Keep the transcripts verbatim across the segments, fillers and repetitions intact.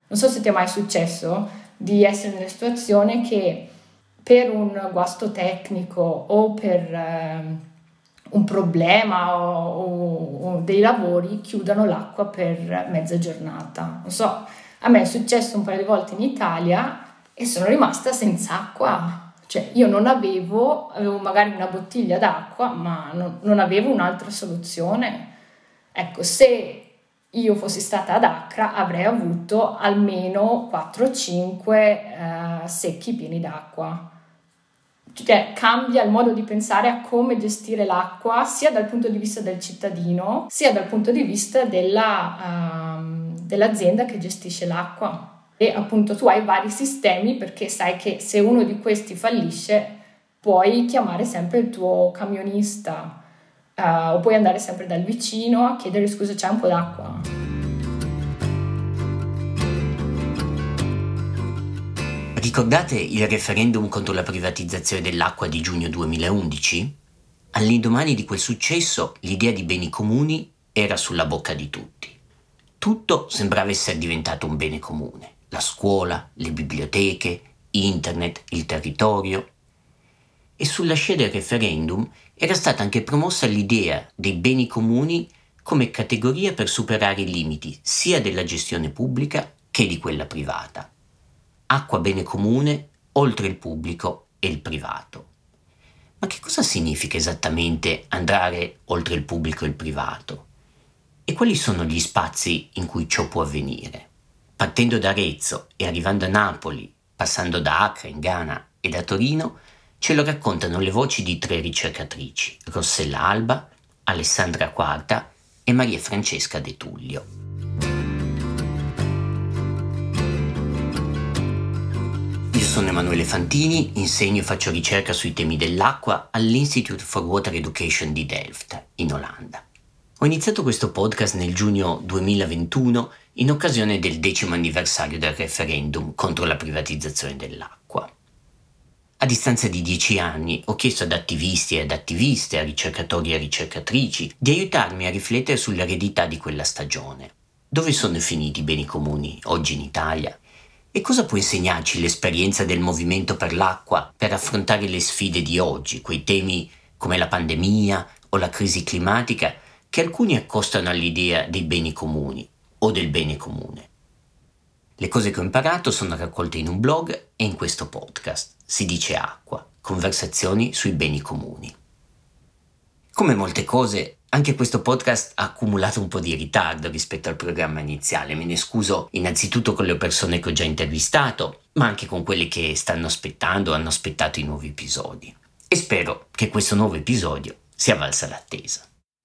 Non so se ti è mai successo di essere nella situazione che per un guasto tecnico o per eh, un problema o, o, o dei lavori chiudano l'acqua per mezza giornata. Non so, a me è successo un paio di volte in Italia e sono rimasta senza acqua. Cioè io non avevo, avevo magari una bottiglia d'acqua, ma non, non avevo un'altra soluzione. Ecco, se io fossi stata ad Accra avrei avuto almeno quattro cinque eh, secchi pieni d'acqua. Cioè cambia il modo di pensare a come gestire l'acqua sia dal punto di vista del cittadino sia dal punto di vista della, uh, dell'azienda che gestisce l'acqua. E appunto tu hai vari sistemi perché sai che se uno di questi fallisce puoi chiamare sempre il tuo camionista uh, o puoi andare sempre dal vicino a chiedere scusa, c'è un po' d'acqua. Ricordate il referendum contro la privatizzazione dell'acqua di giugno duemilaundici? All'indomani di quel successo l'idea di beni comuni era sulla bocca di tutti. Tutto sembrava essere diventato un bene comune. La scuola, le biblioteche, internet, il territorio. E sulla scia del referendum era stata anche promossa l'idea dei beni comuni come categoria per superare i limiti sia della gestione pubblica che di quella privata. Acqua bene comune oltre il pubblico e il privato. Ma che cosa significa esattamente andare oltre il pubblico e il privato? E quali sono gli spazi in cui ciò può avvenire? Partendo da Arezzo e arrivando a Napoli, passando da Accra in Ghana e da Torino, ce lo raccontano le voci di tre ricercatrici, Rossella Alba, Alessandra Quarta e Maria Francesca De Tullio. Io sono Emanuele Fantini, insegno e faccio ricerca sui temi dell'acqua all'Institute for Water Education di Delft, in Olanda. Ho iniziato questo podcast nel giugno duemilaventuno in occasione del decimo anniversario del referendum contro la privatizzazione dell'acqua. A distanza di dieci anni ho chiesto ad attivisti e ad attiviste, a ricercatori e a ricercatrici, di aiutarmi a riflettere sull'eredità di quella stagione. Dove sono finiti i beni comuni oggi in Italia? E cosa può insegnarci l'esperienza del movimento per l'acqua per affrontare le sfide di oggi, quei temi come la pandemia o la crisi climatica che alcuni accostano all'idea dei beni comuni o del bene comune? Le cose che ho imparato sono raccolte in un blog e in questo podcast. Si dice acqua, conversazioni sui beni comuni. Come molte cose, anche questo podcast ha accumulato un po' di ritardo rispetto al programma iniziale. Me ne scuso innanzitutto con le persone che ho già intervistato, ma anche con quelli che stanno aspettando o hanno aspettato i nuovi episodi. E spero che questo nuovo episodio sia valsa l'attesa.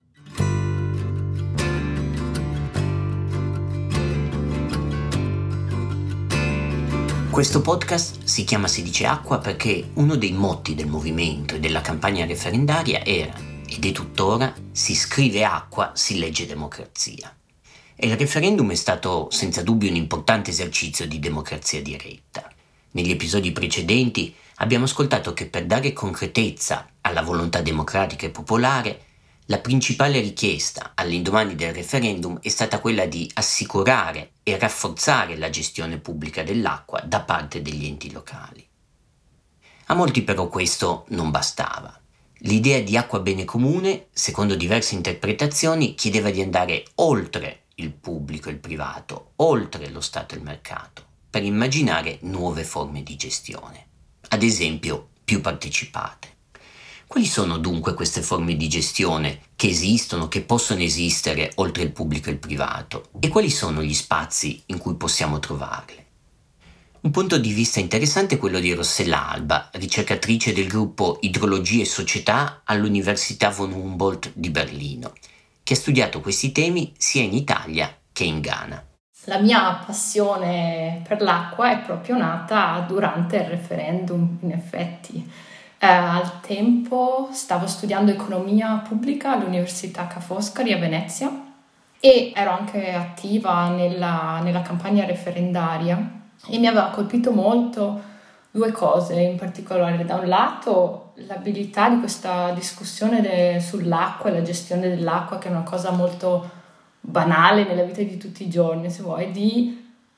Questo podcast si chiama Si dice acqua perché uno dei motti del movimento e della campagna referendaria era, ed è tuttora, si scrive acqua, si legge democrazia. E il referendum è stato senza dubbio un importante esercizio di democrazia diretta. Negli episodi precedenti abbiamo ascoltato che per dare concretezza alla volontà democratica e popolare, la principale richiesta all'indomani del referendum è stata quella di assicurare e rafforzare la gestione pubblica dell'acqua da parte degli enti locali. A molti però questo non bastava. L'idea di acqua bene comune, secondo diverse interpretazioni, chiedeva di andare oltre il pubblico e il privato, oltre lo Stato e il mercato, per immaginare nuove forme di gestione, ad esempio più partecipate. Quali sono dunque queste forme di gestione che esistono, che possono esistere oltre il pubblico e il privato? E quali sono gli spazi in cui possiamo trovarle? Un punto di vista interessante è quello di Rossella Alba, ricercatrice del gruppo Idrologia e Società all'Università von Humboldt di Berlino, che ha studiato questi temi sia in Italia che in Ghana. La mia passione per l'acqua è proprio nata durante il referendum, in effetti. Eh, al tempo stavo studiando economia pubblica all'Università Ca' Foscari a Venezia e ero anche attiva nella, nella campagna referendaria e mi aveva colpito molto due cose in particolare. Da un lato l'abilità di questa discussione de, sull'acqua e la gestione dell'acqua, che è una cosa molto banale nella vita di tutti i giorni, se vuoi, di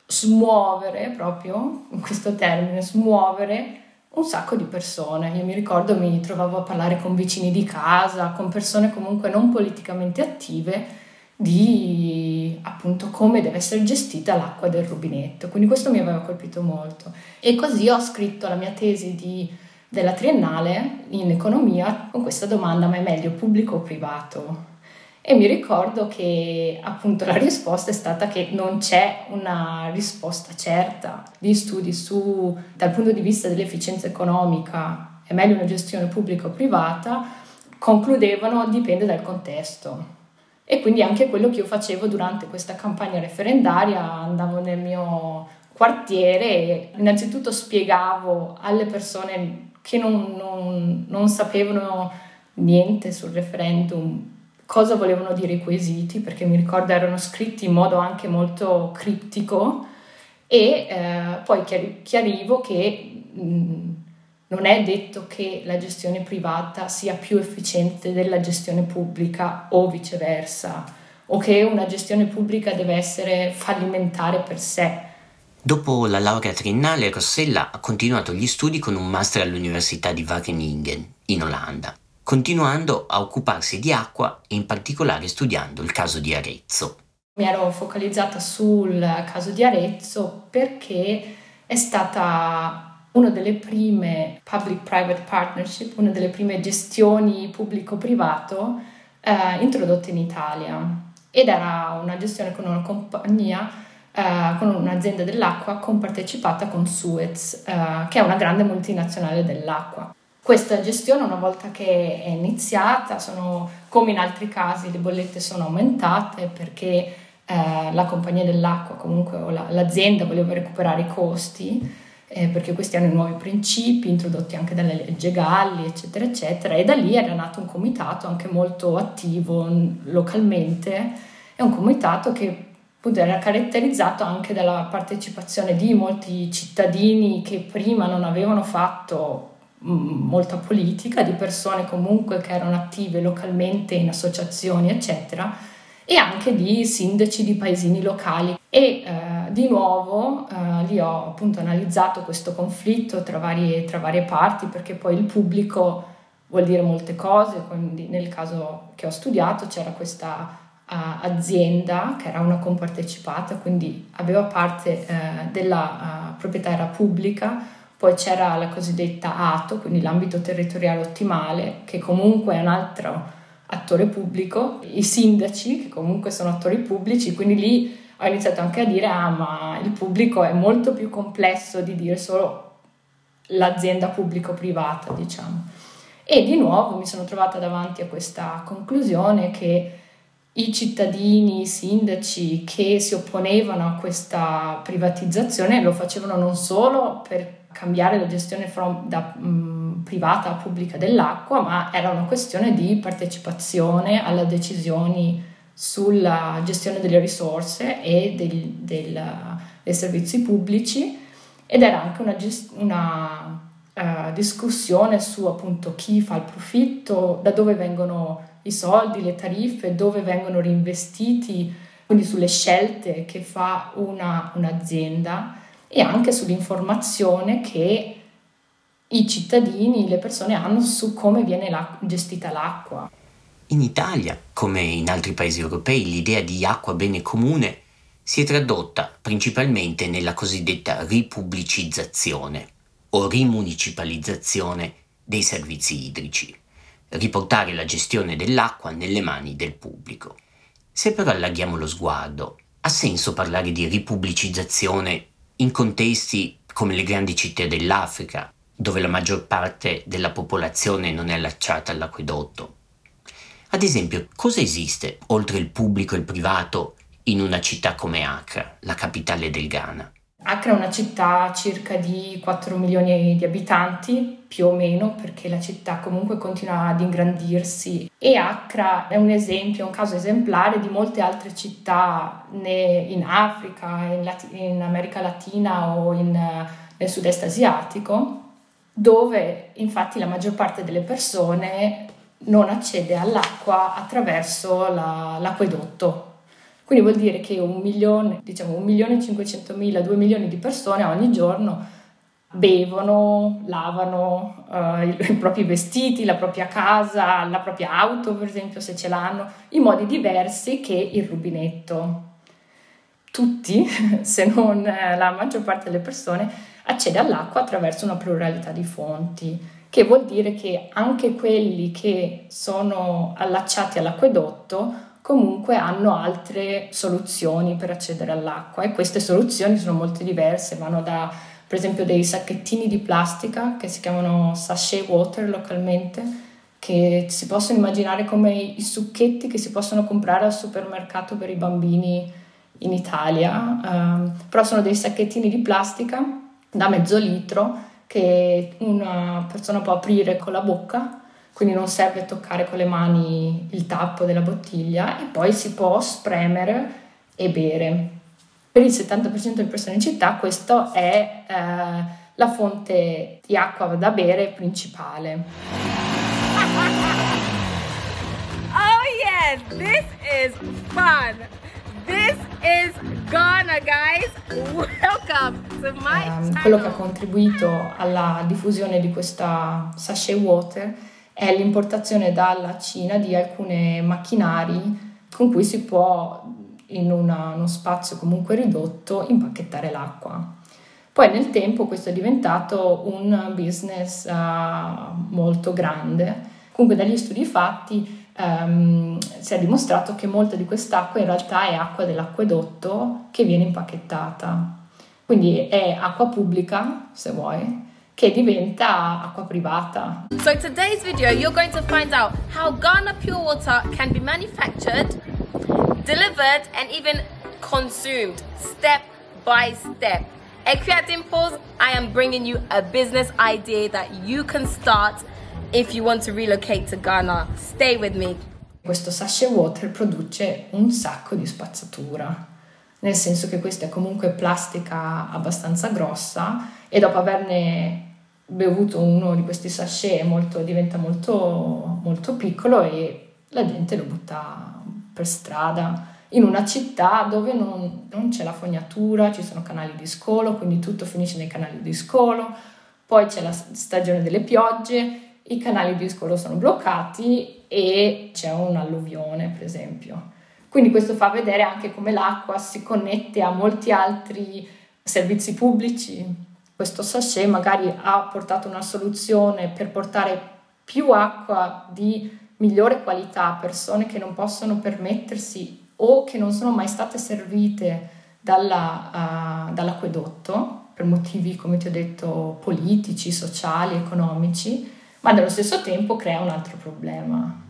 smuovere, proprio in questo termine, smuovere un sacco di persone. Io mi ricordo mi trovavo a parlare con vicini di casa, con persone comunque non politicamente attive, di appunto come deve essere gestita l'acqua del rubinetto, quindi questo mi aveva colpito molto. E così ho scritto la mia tesi di, della triennale in economia con questa domanda: ma è meglio pubblico o privato? E mi ricordo che appunto la risposta è stata che non c'è una risposta certa. Gli studi su, dal punto di vista dell'efficienza economica, è meglio una gestione pubblica o privata, concludevano dipende dal contesto. E quindi anche quello che io facevo durante questa campagna referendaria, andavo nel mio quartiere e innanzitutto spiegavo alle persone che non, non, non sapevano niente sul referendum cosa volevano dire i quesiti, perché mi ricordo erano scritti in modo anche molto criptico, e eh, poi chiar- chiarivo che mh, non è detto che la gestione privata sia più efficiente della gestione pubblica o viceversa, o che una gestione pubblica deve essere fallimentare per sé. Dopo la laurea triennale, Rossella ha continuato gli studi con un master all'Università di Wageningen, in Olanda, continuando a occuparsi di acqua e in particolare studiando il caso di Arezzo. Mi ero focalizzata sul caso di Arezzo perché è stata una delle prime public-private partnership, una delle prime gestioni pubblico-privato eh, introdotte in Italia, ed era una gestione con una compagnia, eh, con un'azienda dell'acqua compartecipata con Suez, eh, che è una grande multinazionale dell'acqua. Questa gestione, una volta che è iniziata, sono, come in altri casi, le bollette sono aumentate perché eh, la compagnia dell'acqua, comunque o la, l'azienda, voleva recuperare i costi, eh, perché questi hanno i nuovi principi introdotti anche dalla legge Galli, eccetera, eccetera, e da lì era nato un comitato anche molto attivo localmente. È un comitato che appunto era caratterizzato anche dalla partecipazione di molti cittadini che prima non avevano fatto molta politica, di persone comunque che erano attive localmente in associazioni, eccetera, e anche di sindaci di paesini locali. E eh, di nuovo eh, lì ho appunto analizzato questo conflitto tra varie, tra varie parti, perché poi il pubblico vuol dire molte cose. Quindi nel caso che ho studiato c'era questa uh, azienda che era una compartecipata, quindi aveva parte uh, della uh, proprietà era pubblica. Poi c'era la cosiddetta A T O, quindi l'ambito territoriale ottimale, che comunque è un altro attore pubblico, i sindaci, che comunque sono attori pubblici, quindi lì ho iniziato anche a dire ah ma il pubblico è molto più complesso di dire solo l'azienda pubblico-privata, diciamo. E di nuovo mi sono trovata davanti a questa conclusione che i cittadini, i sindaci che si opponevano a questa privatizzazione lo facevano non solo per cambiare la gestione from, da mh, privata a pubblica dell'acqua, ma era una questione di partecipazione alle decisioni sulla gestione delle risorse e del, del, dei servizi pubblici, ed era anche una, gest- una uh, discussione su appunto chi fa il profitto, da dove vengono i soldi, le tariffe, dove vengono reinvestiti, quindi sulle scelte che fa una, un'azienda, e anche sull'informazione che i cittadini, le persone hanno su come viene la, gestita l'acqua. In Italia, come in altri paesi europei, l'idea di acqua bene comune si è tradotta principalmente nella cosiddetta ripubblicizzazione o rimunicipalizzazione dei servizi idrici, riportare la gestione dell'acqua nelle mani del pubblico. Se però allarghiamo lo sguardo, ha senso parlare di ripubblicizzazione in contesti come le grandi città dell'Africa, dove la maggior parte della popolazione non è allacciata all'acquedotto? Ad esempio, cosa esiste oltre il pubblico e il privato in una città come Accra, la capitale del Ghana? Accra è una città circa di quattro milioni di abitanti, più o meno, perché la città comunque continua ad ingrandirsi, e Accra è un esempio, un caso esemplare di molte altre città in Africa, in, Lat- in America Latina o in, nel sud-est asiatico, dove infatti la maggior parte delle persone non accede all'acqua attraverso la, l'acquedotto. Quindi vuol dire che un milione, diciamo un milione e cinquecentomila, due milioni di persone ogni giorno bevono, lavano uh, i, i propri vestiti, la propria casa, la propria auto, per esempio, se ce l'hanno, in modi diversi che il rubinetto. Tutti, se non la maggior parte delle persone, accede all'acqua attraverso una pluralità di fonti, che vuol dire che anche quelli che sono allacciati all'acquedotto comunque hanno altre soluzioni per accedere all'acqua, e queste soluzioni sono molto diverse, vanno da per esempio dei sacchettini di plastica che si chiamano sachet water localmente, che si possono immaginare come i succhetti che si possono comprare al supermercato per i bambini in Italia, um, però sono dei sacchettini di plastica da mezzo litro che una persona può aprire con la bocca, quindi non serve toccare con le mani il tappo della bottiglia, e poi si può spremere e bere. Per il settanta per cento delle persone in città questa è eh, la fonte di acqua da bere principale. Oh yes, this is fun. This is Ghana, guys. Welcome to my um, quello che ha contribuito alla diffusione di questa sachet water è l'importazione dalla Cina di alcuni macchinari con cui si può, in una, uno spazio comunque ridotto, impacchettare l'acqua. Poi nel tempo questo è diventato un business uh, molto grande. Comunque dagli studi fatti um, si è dimostrato che molta di quest'acqua in realtà è acqua dell'acquedotto che viene impacchettata. Quindi è acqua pubblica, se vuoi, che diventa acqua privata. So in today's video you're going to find out how Ghana pure water can be manufactured, delivered and even consumed step by step. At Create Impulse, I am bringing you a business idea that you can start if you want to relocate to Ghana. Stay with me. Questo sachet water produce un sacco di spazzatura, nel senso che questa è comunque plastica abbastanza grossa, e dopo averne bevuto uno di questi sachet molto, diventa molto, molto piccolo, e la gente lo butta per strada in una città dove non, non c'è la fognatura, ci sono canali di scolo, quindi tutto finisce nei canali di scolo. Poi c'è la stagione delle piogge, i canali di scolo sono bloccati e c'è un'alluvione, per esempio. Quindi questo fa vedere anche come l'acqua si connette a molti altri servizi pubblici. Questo sachet magari ha portato una soluzione per portare più acqua di migliore qualità a persone che non possono permettersi o che non sono mai state servite dalla, uh, dall'acquedotto per motivi, come ti ho detto, politici, sociali, economici, ma nello stesso tempo crea un altro problema.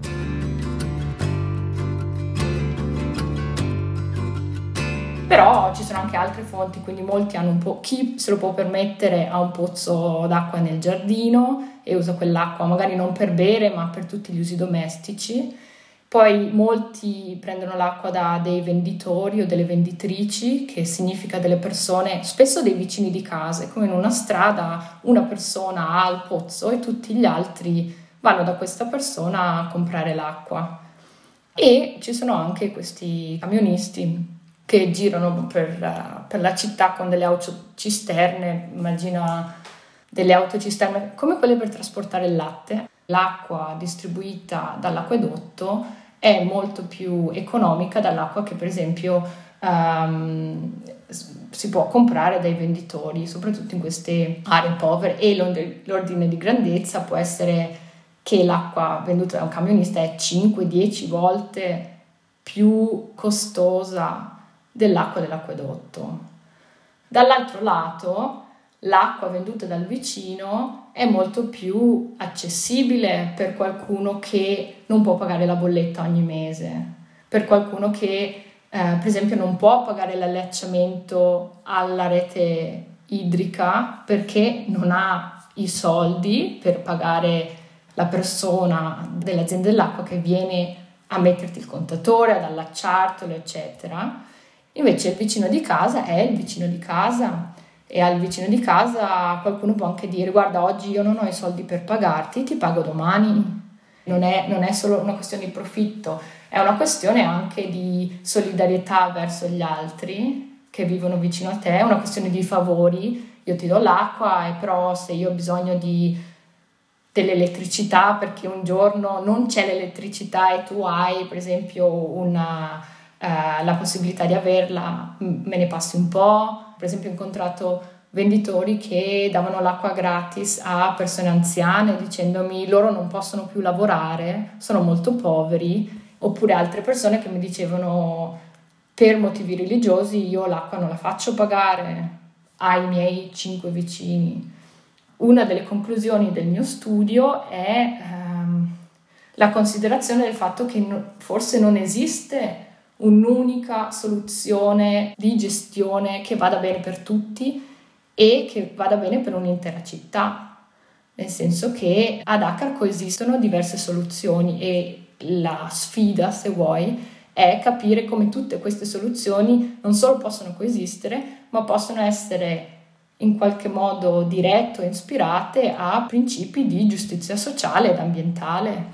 Però ci sono anche altre fonti, quindi molti hanno un po', chi se lo può permettere ha un pozzo d'acqua nel giardino e usa quell'acqua magari non per bere ma per tutti gli usi domestici. Poi molti prendono l'acqua da dei venditori o delle venditrici, che significa delle persone, spesso dei vicini di casa, come in una strada una persona ha il pozzo e tutti gli altri vanno da questa persona a comprare l'acqua. E ci sono anche questi camionisti che girano per, per la città con delle autocisterne, immagina delle autocisterne come quelle per trasportare il latte. L'acqua distribuita dall'acquedotto è molto più economica dall'acqua che per esempio um, si può comprare dai venditori, soprattutto in queste aree povere, e l'ordine di grandezza può essere che l'acqua venduta da un camionista è cinque dieci volte più costosa dell'acqua dell'acquedotto. Dall'altro lato, l'acqua venduta dal vicino è molto più accessibile per qualcuno che non può pagare la bolletta ogni mese, per qualcuno che eh, per esempio non può pagare l'allacciamento alla rete idrica perché non ha i soldi per pagare la persona dell'azienda dell'acqua che viene a metterti il contatore, ad allacciartelo, eccetera. Invece il vicino di casa è il vicino di casa, e al vicino di casa qualcuno può anche dire: guarda, oggi io non ho i soldi per pagarti, ti pago domani. Non è, non è solo una questione di profitto, È una questione anche di solidarietà verso gli altri che vivono vicino a te, è una questione di favori. Io ti do l'acqua e però se io ho bisogno di dell'elettricità perché un giorno non c'è l'elettricità e tu hai per esempio una, eh, la possibilità di averla, me ne passi un po'. Per esempio ho incontrato venditori che davano l'acqua gratis a persone anziane dicendomi loro non possono più lavorare, sono molto poveri, oppure altre persone che mi dicevano per motivi religiosi io l'acqua non la faccio pagare ai miei cinque vicini. Una delle conclusioni del mio studio è ehm, la considerazione del fatto che no, forse non esiste un'unica soluzione di gestione che vada bene per tutti e che vada bene per un'intera città, nel senso che a Dakar coesistono diverse soluzioni e la sfida, se vuoi, è capire come tutte queste soluzioni non solo possono coesistere, ma possono essere in qualche modo dirette o ispirate a principi di giustizia sociale ed ambientale.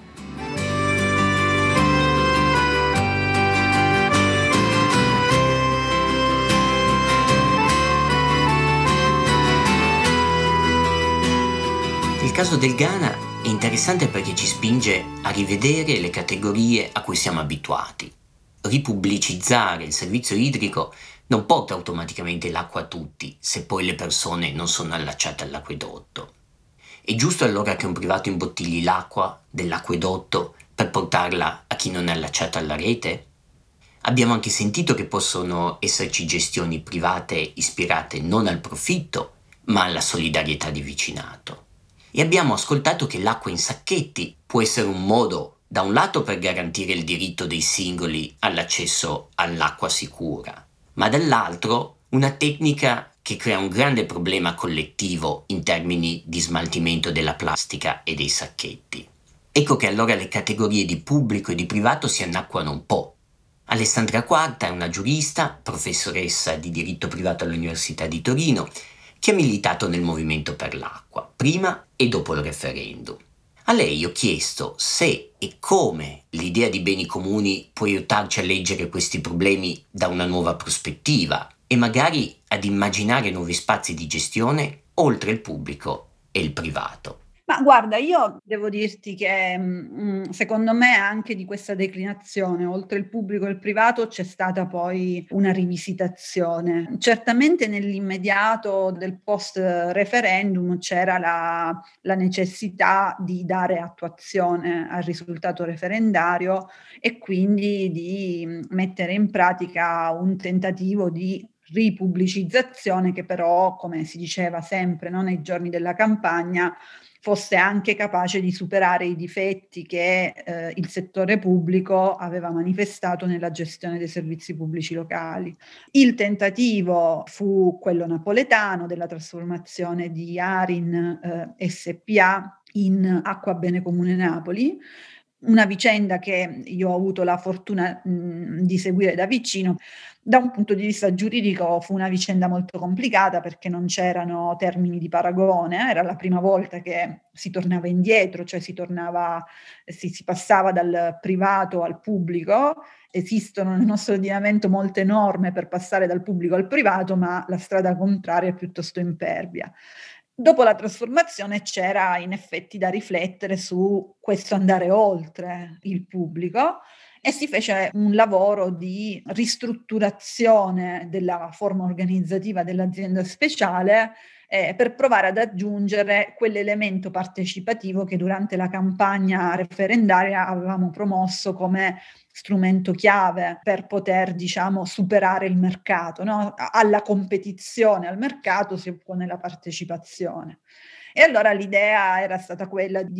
Il caso del Ghana è interessante perché ci spinge a rivedere le categorie a cui siamo abituati. Ripubblicizzare il servizio idrico non porta automaticamente l'acqua a tutti se poi le persone non sono allacciate all'acquedotto. È giusto allora che un privato imbottigli l'acqua dell'acquedotto per portarla a chi non è allacciato alla rete? Abbiamo anche sentito che possono esserci gestioni private ispirate non al profitto, ma alla solidarietà di vicinato. E abbiamo ascoltato che l'acqua in sacchetti può essere un modo, da un lato, per garantire il diritto dei singoli all'accesso all'acqua sicura, ma dall'altro una tecnica che crea un grande problema collettivo in termini di smaltimento della plastica e dei sacchetti. Ecco che allora le categorie di pubblico e di privato si annacquano un po'. Alessandra Quarta è una giurista, professoressa di diritto privato all'Università di Torino, che ha militato nel movimento per l'acqua, prima e dopo il referendum. A lei ho chiesto se e come l'idea di beni comuni può aiutarci a leggere questi problemi da una nuova prospettiva e magari ad immaginare nuovi spazi di gestione oltre il pubblico e il privato. Ma guarda, io devo dirti che mh, secondo me anche di questa declinazione, oltre il pubblico e il privato, c'è stata poi una rivisitazione. Certamente nell'immediato del post-referendum c'era la, la necessità di dare attuazione al risultato referendario e quindi di mettere in pratica un tentativo di ripubblicizzazione che però, come si diceva sempre, no, nei giorni della campagna, fosse anche capace di superare i difetti che eh, il settore pubblico aveva manifestato nella gestione dei servizi pubblici locali. Il tentativo fu quello napoletano della trasformazione di Arin eh, S P A in Acqua Bene Comune Napoli, una vicenda che io ho avuto la fortuna mh, di seguire da vicino. Da un punto di vista giuridico fu una vicenda molto complicata perché non c'erano termini di paragone, era la prima volta che si tornava indietro, cioè si tornava, si, si passava dal privato al pubblico. Esistono nel nostro ordinamento molte norme per passare dal pubblico al privato, ma la strada contraria è piuttosto impervia. Dopo la trasformazione c'era in effetti da riflettere su questo andare oltre il pubblico e si fece un lavoro di ristrutturazione della forma organizzativa dell'azienda speciale eh, per provare ad aggiungere quell'elemento partecipativo che durante la campagna referendaria avevamo promosso come strumento chiave per poter, diciamo, superare il mercato, no? Alla competizione, al mercato si oppone la partecipazione. E allora l'idea era stata quella di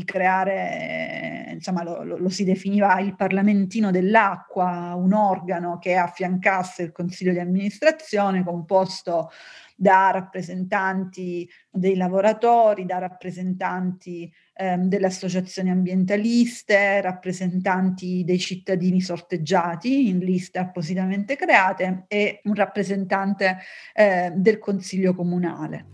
creare, insomma, lo, lo, lo si definiva il parlamentino dell'acqua, un organo che affiancasse il consiglio di amministrazione composto da rappresentanti dei lavoratori, da rappresentanti ehm, delle associazioni ambientaliste, rappresentanti dei cittadini sorteggiati in liste appositamente create e un rappresentante eh, del consiglio comunale.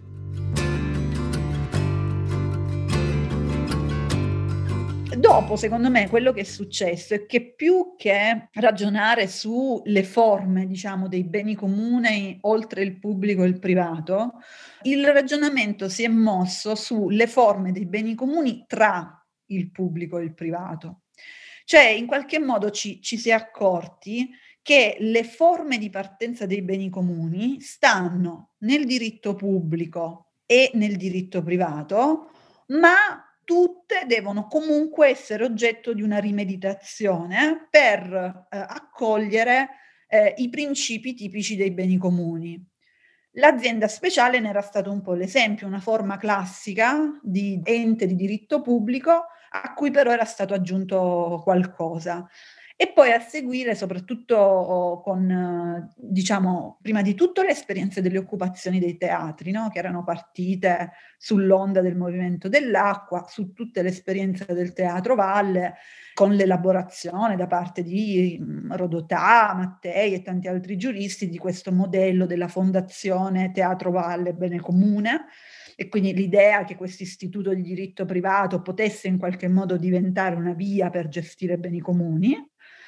Dopo, secondo me, quello che è successo è che più che ragionare sulle forme, diciamo, dei beni comuni oltre il pubblico e il privato, il ragionamento si è mosso sulle forme dei beni comuni tra il pubblico e il privato. Cioè, in qualche modo ci, ci si è accorti che le forme di partenza dei beni comuni stanno nel diritto pubblico e nel diritto privato, ma tutte devono comunque essere oggetto di una rimeditazione per eh, accogliere eh, i principi tipici dei beni comuni. L'azienda speciale ne era stato un po' l'esempio, una forma classica di ente di diritto pubblico a cui però era stato aggiunto qualcosa. E poi a seguire, soprattutto con, diciamo, prima di tutto le esperienze delle occupazioni dei teatri, no? Che erano partite sull'onda del movimento dell'acqua, su tutte le esperienze del Teatro Valle, con l'elaborazione da parte di Rodotà, Mattei e tanti altri giuristi di questo modello della Fondazione Teatro Valle Bene Comune, e quindi l'idea che questo istituto di diritto privato potesse in qualche modo diventare una via per gestire beni comuni.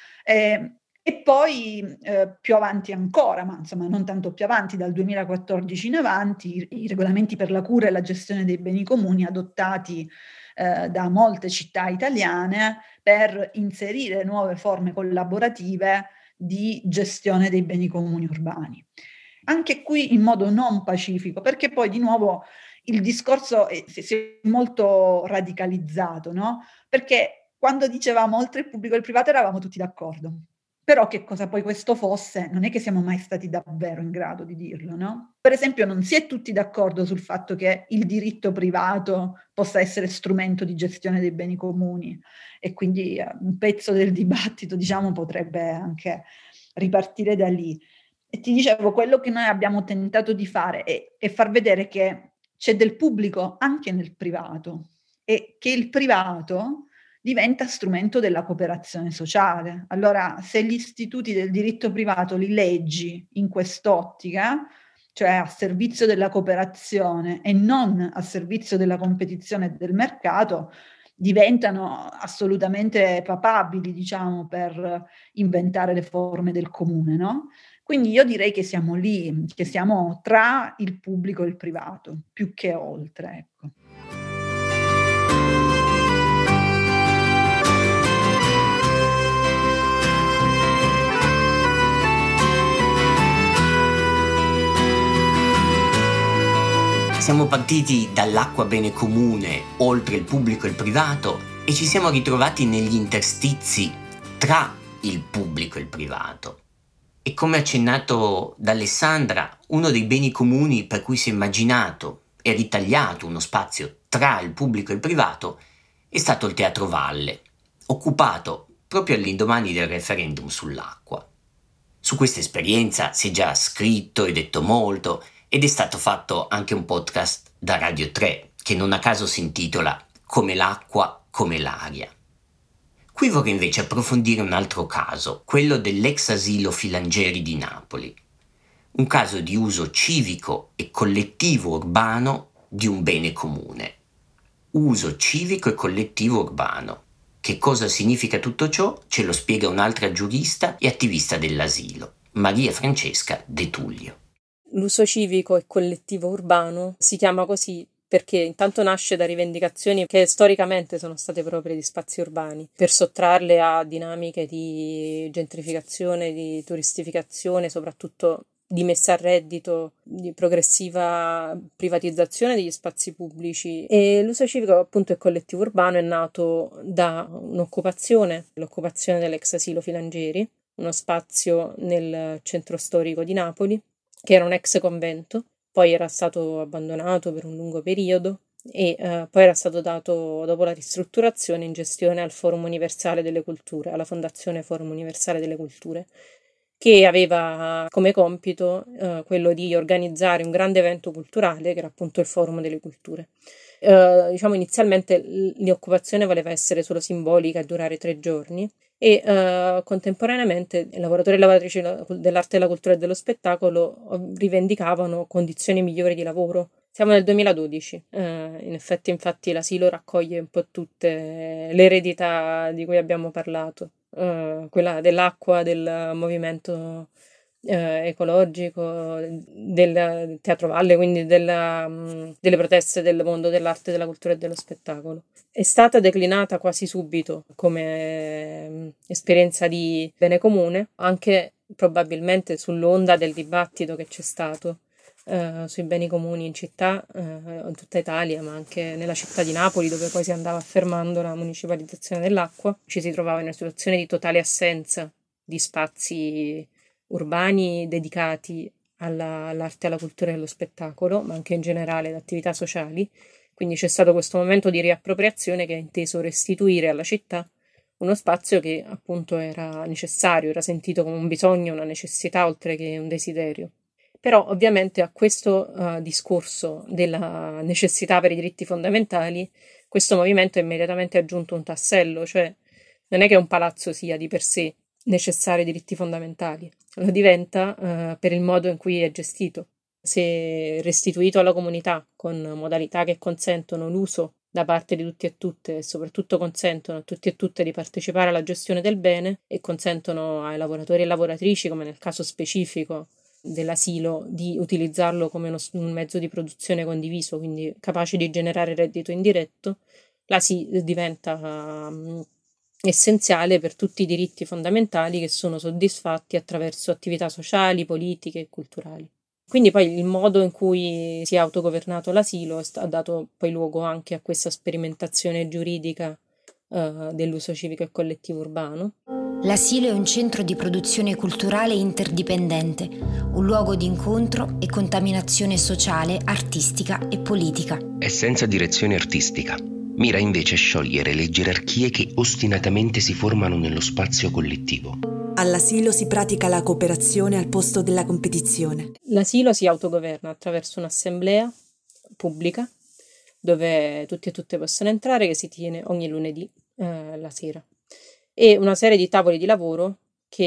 Eh, e poi eh, più avanti ancora, ma insomma non tanto più avanti, dal duemilaquattordici in avanti, i, i regolamenti per la cura e la gestione dei beni comuni adottati eh, da molte città italiane per inserire nuove forme collaborative di gestione dei beni comuni urbani. Anche qui in modo non pacifico, perché poi di nuovo il discorso è, si è molto radicalizzato, no? Perché quando dicevamo oltre il pubblico e il privato eravamo tutti d'accordo, però che cosa poi questo fosse non è che siamo mai stati davvero in grado di dirlo, no? Per esempio non si è tutti d'accordo sul fatto che il diritto privato possa essere strumento di gestione dei beni comuni, e quindi eh, un pezzo del dibattito, diciamo, potrebbe anche ripartire da lì. E ti dicevo, quello che noi abbiamo tentato di fare è, è far vedere che c'è del pubblico anche nel privato e che il privato diventa strumento della cooperazione sociale. Allora, se gli istituti del diritto privato li leggi in quest'ottica, cioè a servizio della cooperazione e non a servizio della competizione e del mercato, diventano assolutamente papabili, diciamo, per inventare le forme del comune, no? Quindi io direi che siamo lì, che siamo tra il pubblico e il privato, più che oltre, ecco. Siamo partiti dall'acqua bene comune, oltre il pubblico e il privato, e ci siamo ritrovati negli interstizi tra il pubblico e il privato. E come accennato da Alessandra, uno dei beni comuni per cui si è immaginato e ritagliato uno spazio tra il pubblico e il privato è stato il Teatro Valle, occupato proprio all'indomani del referendum sull'acqua. Su questa esperienza si è già scritto e detto molto, ed è stato fatto anche un podcast da Radio tre, che non a caso si intitola Come l'acqua, come l'aria. Qui vorrei invece approfondire un altro caso, quello dell'ex asilo Filangeri di Napoli. Un caso di uso civico e collettivo urbano di un bene comune. Uso civico e collettivo urbano. Che cosa significa tutto ciò? Ce lo spiega un'altra giurista e attivista dell'asilo, Maria Francesca De Tullio. L'uso civico e collettivo urbano si chiama così perché intanto nasce da rivendicazioni che storicamente sono state proprie di spazi urbani, per sottrarle a dinamiche di gentrificazione, di turistificazione, soprattutto di messa a reddito, di progressiva privatizzazione degli spazi pubblici. E l'uso civico appunto e collettivo urbano è nato da un'occupazione, l'occupazione dell'ex asilo Filangeri, uno spazio nel centro storico di Napoli, che era un ex convento, poi era stato abbandonato per un lungo periodo e eh, poi era stato dato, dopo la ristrutturazione, in gestione al Forum Universale delle Culture, alla Fondazione Forum Universale delle Culture, che aveva come compito eh, quello di organizzare un grande evento culturale, che era appunto il Forum delle Culture. Eh, diciamo inizialmente l'occupazione voleva essere solo simbolica e durare tre giorni, e uh, contemporaneamente i lavoratori e lavoratrici dell'arte, della cultura e dello spettacolo rivendicavano condizioni migliori di lavoro, Siamo nel duemiladodici, eh, in effetti infatti l'asilo raccoglie un po' tutte le eredità di cui abbiamo parlato, eh, quella dell'acqua, del movimento eh, ecologico, del Teatro Valle, quindi della, mh, delle proteste del mondo dell'arte, della cultura e dello spettacolo. È stata declinata quasi subito come mh, esperienza di bene comune, anche probabilmente sull'onda del dibattito che c'è stato Uh, sui beni comuni in città, uh, in tutta Italia, ma anche nella città di Napoli, dove poi si andava affermando la municipalizzazione dell'acqua. Ci si trovava in una situazione di totale assenza di spazi urbani dedicati alla, all'arte, alla cultura e allo spettacolo, ma anche in generale ad attività sociali. Quindi c'è stato questo momento di riappropriazione che ha inteso restituire alla città uno spazio che appunto era necessario, era sentito come un bisogno, una necessità, oltre che un desiderio. Però ovviamente a questo uh, discorso della necessità per i diritti fondamentali, questo movimento ha immediatamente aggiunto un tassello, cioè non è che un palazzo sia di per sé necessario ai diritti fondamentali, lo diventa uh, per il modo in cui è gestito. Se restituito alla comunità con modalità che consentono l'uso da parte di tutti e tutte e soprattutto consentono a tutti e tutte di partecipare alla gestione del bene e consentono ai lavoratori e lavoratrici, come nel caso specifico dell'asilo, di utilizzarlo come uno, un mezzo di produzione condiviso, quindi capace di generare reddito indiretto, l'asilo diventa um, essenziale per tutti i diritti fondamentali che sono soddisfatti attraverso attività sociali, politiche e culturali. Quindi poi il modo in cui si è autogovernato l'asilo ha dato poi luogo anche a questa sperimentazione giuridica uh, dell'uso civico e collettivo urbano. L'asilo è un centro di produzione culturale interdipendente, un luogo di incontro e contaminazione sociale, artistica e politica. È senza direzione artistica. Mira invece a sciogliere le gerarchie che ostinatamente si formano nello spazio collettivo. All'asilo si pratica la cooperazione al posto della competizione. L'asilo si autogoverna attraverso un'assemblea pubblica dove tutti e tutte possono entrare, che si tiene ogni lunedì eh, la sera. E una serie di tavoli di lavoro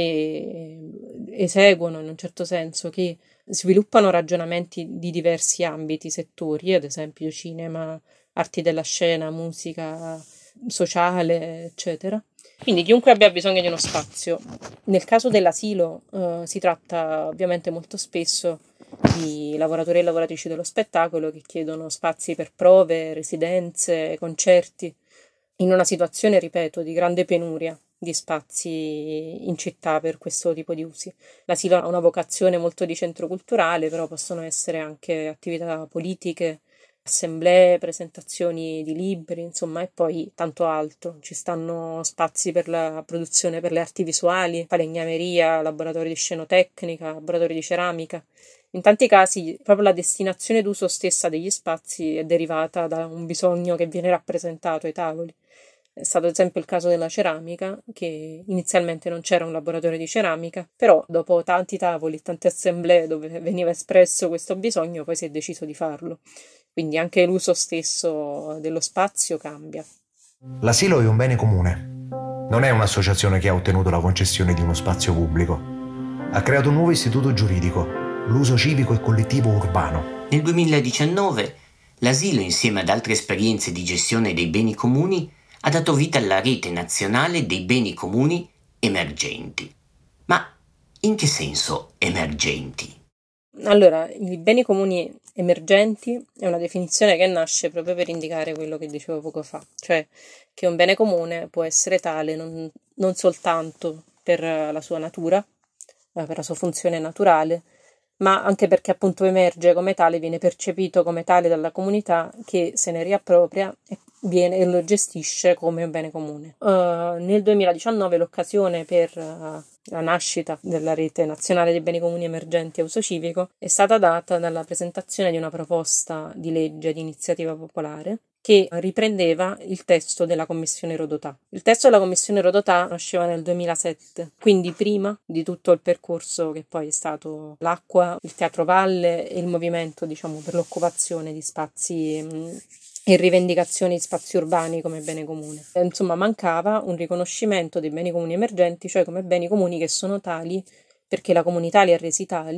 che eseguono in un certo senso, che sviluppano ragionamenti di diversi ambiti, settori, ad esempio cinema, arti della scena, musica, sociale, eccetera. Quindi chiunque abbia bisogno di uno spazio. Nel caso dell'asilo eh, si tratta ovviamente molto spesso di lavoratori e lavoratrici dello spettacolo che chiedono spazi per prove, residenze, concerti, in una situazione, ripeto, di grande penuria di spazi in città per questo tipo di usi. L'asilo ha una vocazione molto di centro culturale, però possono essere anche attività politiche, assemblee, presentazioni di libri, insomma, e poi tanto altro. Ci stanno spazi per la produzione per le arti visuali, falegnameria, laboratori di scenotecnica, laboratori di ceramica. In tanti casi proprio la destinazione d'uso stessa degli spazi è derivata da un bisogno che viene rappresentato ai tavoli. È stato ad esempio il caso della ceramica, che inizialmente non c'era un laboratorio di ceramica, però dopo tanti tavoli, tante assemblee dove veniva espresso questo bisogno, poi si è deciso di farlo. Quindi anche l'uso stesso dello spazio cambia. L'asilo è un bene comune. Non è un'associazione che ha ottenuto la concessione di uno spazio pubblico. Ha creato un nuovo istituto giuridico, l'uso civico e collettivo urbano. Nel duemiladiciannove l'asilo, insieme ad altre esperienze di gestione dei beni comuni, ha dato vita alla rete nazionale dei beni comuni emergenti. Ma in che senso emergenti? Allora, i beni comuni emergenti è una definizione che nasce proprio per indicare quello che dicevo poco fa, cioè che un bene comune può essere tale non, non soltanto per la sua natura, per la sua funzione naturale, ma anche perché appunto emerge come tale, viene percepito come tale dalla comunità che se ne riappropria e viene e lo gestisce come un bene comune. Uh, nel duemiladiciannove l'occasione per uh, la nascita della rete nazionale dei beni comuni emergenti a uso civico è stata data dalla presentazione di una proposta di legge di iniziativa popolare che riprendeva il testo della Commissione Rodotà. Il testo della Commissione Rodotà nasceva nel duemilasette, quindi prima di tutto il percorso che poi è stato l'acqua, il Teatro Valle e il movimento, diciamo, per l'occupazione di spazi mh, e rivendicazioni di spazi urbani come bene comune. Insomma, mancava un riconoscimento dei beni comuni emergenti, cioè come beni comuni che sono tali perché la comunità li ha resi tali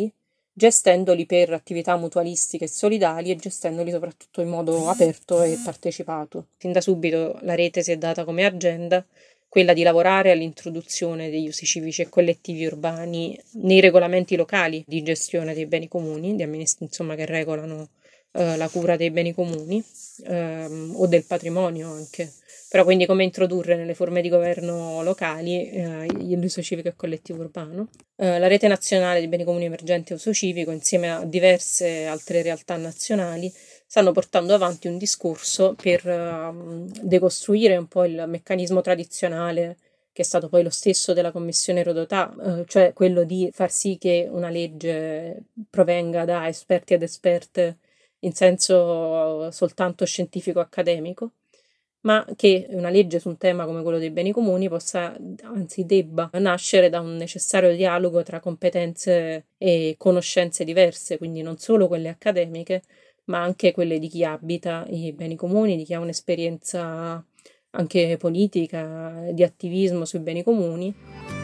gestendoli per attività mutualistiche e solidali e gestendoli soprattutto in modo aperto e partecipato. Fin da subito la rete si è data come agenda quella di lavorare all'introduzione degli usi civici e collettivi urbani nei regolamenti locali di gestione dei beni comuni, di amministrazione, insomma, che regolano eh, la cura dei beni comuni ehm, o del patrimonio anche. Però quindi come introdurre nelle forme di governo locali eh, l'uso civico e collettivo urbano. Eh, la Rete Nazionale di Beni Comuni Emergenti e Uso Civico, insieme a diverse altre realtà nazionali, stanno portando avanti un discorso per uh, decostruire un po' il meccanismo tradizionale, che è stato poi lo stesso della Commissione Rodotà, uh, cioè quello di far sì che una legge provenga da esperti ed esperte in senso soltanto scientifico-accademico, ma che una legge su un tema come quello dei beni comuni possa, anzi debba, nascere da un necessario dialogo tra competenze e conoscenze diverse, quindi non solo quelle accademiche, ma anche quelle di chi abita i beni comuni, di chi ha un'esperienza anche politica, di attivismo sui beni comuni.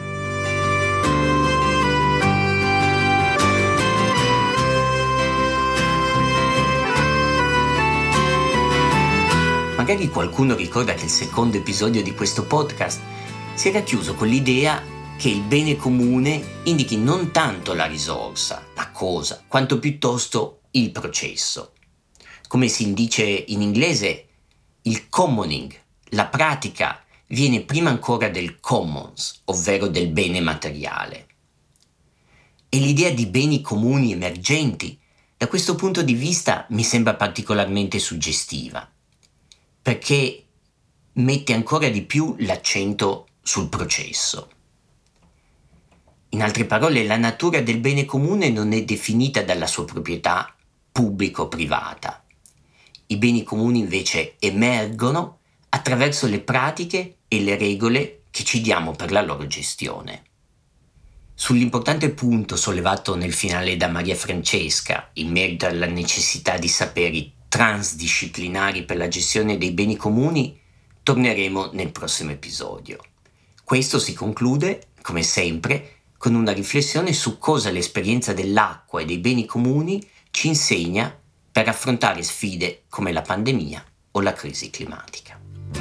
Magari qualcuno ricorda che il secondo episodio di questo podcast si era chiuso con l'idea che il bene comune indichi non tanto la risorsa, la cosa, quanto piuttosto il processo. Come si dice in inglese, il commoning, la pratica, viene prima ancora del commons, ovvero del bene materiale. E l'idea di beni comuni emergenti, da questo punto di vista, mi sembra particolarmente suggestiva, perché mette ancora di più l'accento sul processo. In altre parole, la natura del bene comune non è definita dalla sua proprietà pubblica o privata. I beni comuni invece emergono attraverso le pratiche e le regole che ci diamo per la loro gestione. Sull'importante punto sollevato nel finale da Maria Francesca, in merito alla necessità di saperi transdisciplinari per la gestione dei beni comuni, torneremo nel prossimo episodio. Questo si conclude, come sempre, con una riflessione su cosa l'esperienza dell'acqua e dei beni comuni ci insegna per affrontare sfide come la pandemia o la crisi climatica.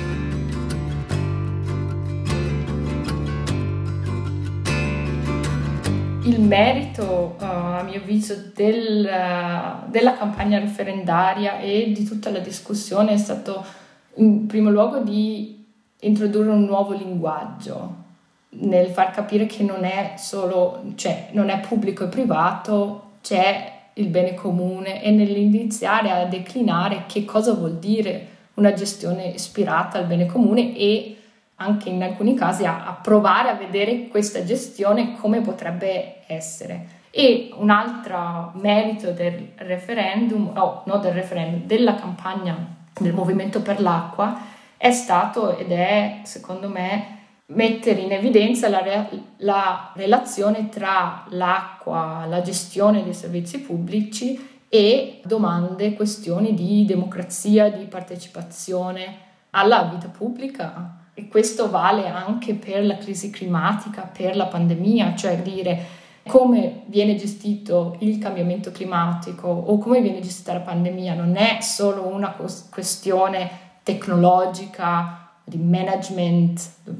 Il merito, uh, a mio avviso, del, uh, della campagna referendaria e di tutta la discussione è stato in primo luogo di introdurre un nuovo linguaggio, nel far capire che non è solo, cioè non è pubblico e privato, c'è il bene comune, e nell'iniziare a declinare che cosa vuol dire una gestione ispirata al bene comune e anche in alcuni casi a, a provare a vedere questa gestione come potrebbe essere. E un altro merito del referendum, o oh, no del referendum, della campagna del Movimento per l'Acqua è stato ed è, secondo me, mettere in evidenza la, re- la relazione tra l'acqua, la gestione dei servizi pubblici e domande, questioni di democrazia, di partecipazione alla vita pubblica. E questo vale anche per la crisi climatica, per la pandemia, cioè dire come viene gestito il cambiamento climatico o come viene gestita la pandemia non è solo una questione tecnologica, di management,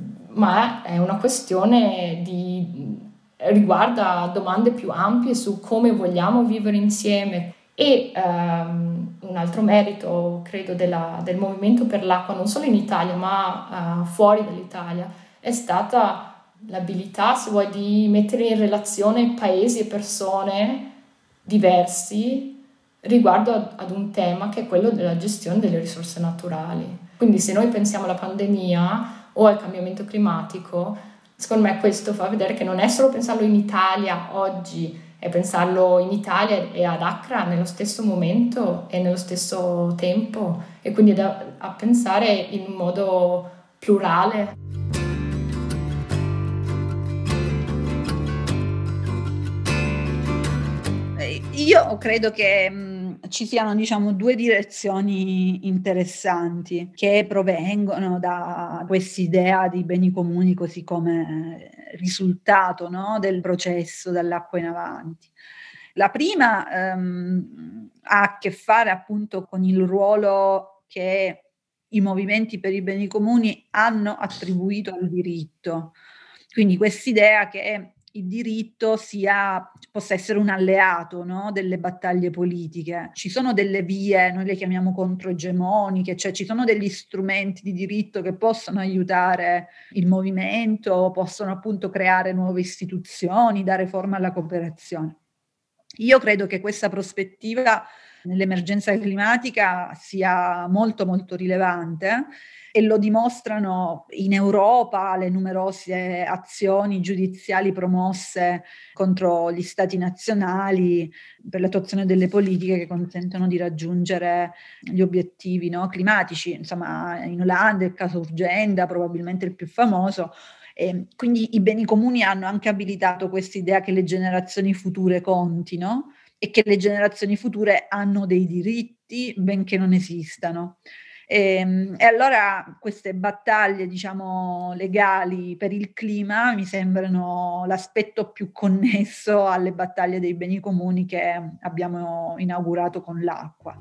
ma è una questione di riguarda domande più ampie su come vogliamo vivere insieme. E um, un altro merito, credo, della, del Movimento per l'Acqua, non solo in Italia ma uh, fuori dall'Italia, è stata l'abilità, se vuoi, di mettere in relazione paesi e persone diversi riguardo ad, ad un tema che è quello della gestione delle risorse naturali. Quindi se noi pensiamo alla pandemia o al cambiamento climatico, secondo me questo fa vedere che non è solo pensarlo in Italia oggi, è pensarlo in Italia e ad Accra nello stesso momento e nello stesso tempo, e quindi da, a pensare in modo plurale. Io credo che mh, ci siano, diciamo, due direzioni interessanti che provengono da quest'idea di beni comuni così come risultato, no, del processo dall'acqua in avanti. La prima ehm, ha a che fare appunto con il ruolo che i movimenti per i beni comuni hanno attribuito al diritto. Quindi quest'idea che il diritto sia, possa essere un alleato, no, delle battaglie politiche. Ci sono delle vie, noi le chiamiamo controegemoniche, cioè ci sono degli strumenti di diritto che possono aiutare il movimento, possono appunto creare nuove istituzioni, dare forma alla cooperazione. Io credo che questa prospettiva nell'emergenza climatica sia molto molto rilevante e lo dimostrano in Europa le numerose azioni giudiziali promosse contro gli stati nazionali per l'attuazione delle politiche che consentono di raggiungere gli obiettivi, no, climatici. Insomma, in Olanda il caso Urgenda, probabilmente il più famoso. E quindi i beni comuni hanno anche abilitato questa idea che le generazioni future contino e che le generazioni future hanno dei diritti benché non esistano. E, e allora queste battaglie, diciamo, legali per il clima mi sembrano l'aspetto più connesso alle battaglie dei beni comuni che abbiamo inaugurato con l'acqua.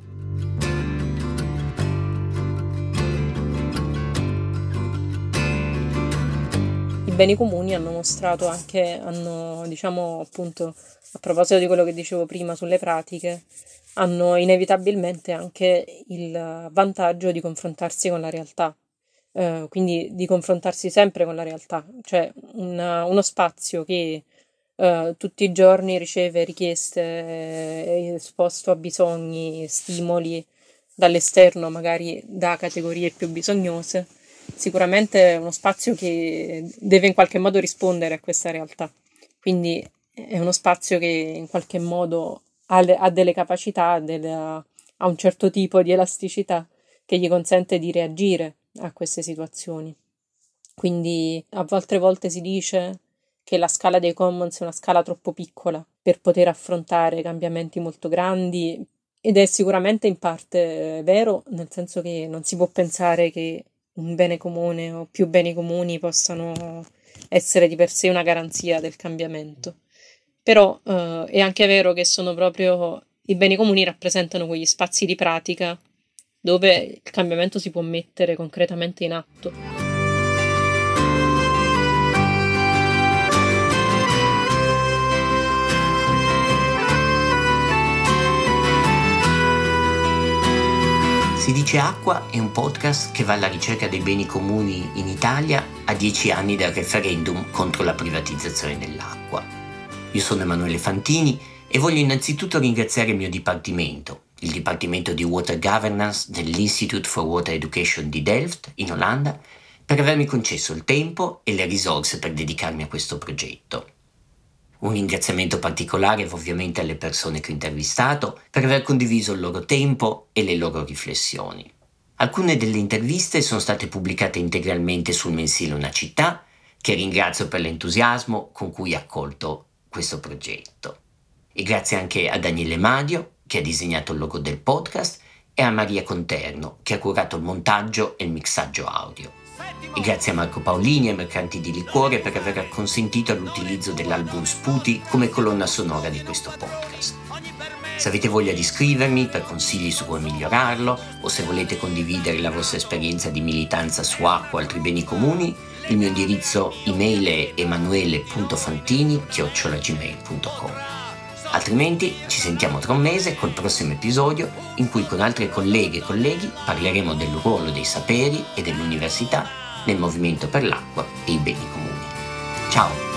I beni comuni hanno mostrato anche, hanno, diciamo, appunto, a proposito di quello che dicevo prima sulle pratiche, hanno inevitabilmente anche il vantaggio di confrontarsi con la realtà, eh, quindi di confrontarsi sempre con la realtà, cioè una, uno spazio che eh, tutti i giorni riceve richieste, è esposto a bisogni, stimoli dall'esterno, magari da categorie più bisognose, sicuramente è uno spazio che deve in qualche modo rispondere a questa realtà, quindi è uno spazio che in qualche modo ha, ha delle capacità, delle, ha un certo tipo di elasticità che gli consente di reagire a queste situazioni. Quindi a volte, volte si dice che la scala dei commons è una scala troppo piccola per poter affrontare cambiamenti molto grandi, ed è sicuramente in parte vero, nel senso che non si può pensare che un bene comune o più beni comuni possano essere di per sé una garanzia del cambiamento. Però eh, è anche vero che sono proprio i beni comuni rappresentano quegli spazi di pratica dove il cambiamento si può mettere concretamente in atto. Si dice Acqua è un podcast che va alla ricerca dei beni comuni in Italia a dieci anni dal referendum contro la privatizzazione dell'acqua. Io sono Emanuele Fantini e voglio innanzitutto ringraziare il mio dipartimento, il Dipartimento di Water Governance dell'Institute for Water Education di Delft, in Olanda, per avermi concesso il tempo e le risorse per dedicarmi a questo progetto. Un ringraziamento particolare va ovviamente alle persone che ho intervistato per aver condiviso il loro tempo e le loro riflessioni. Alcune delle interviste sono state pubblicate integralmente sul mensile Una Città, che ringrazio per l'entusiasmo con cui ha accolto questo progetto. E grazie anche a Daniele Madio, che ha disegnato il logo del podcast, e a Maria Conterno, che ha curato il montaggio e il mixaggio audio. E grazie a Marco Paolini e ai Mercanti di Liquore per aver consentito l'utilizzo dell'album Sputi come colonna sonora di questo podcast. Se avete voglia di scrivermi per consigli su come migliorarlo, o se volete condividere la vostra esperienza di militanza su acqua o altri beni comuni, il mio indirizzo email è emanuele punto fantini chiocciola gmail punto com. Altrimenti ci sentiamo tra un mese col prossimo episodio in cui con altre colleghe e colleghi parleremo del ruolo dei saperi e dell'università nel movimento per l'acqua e i beni comuni. Ciao!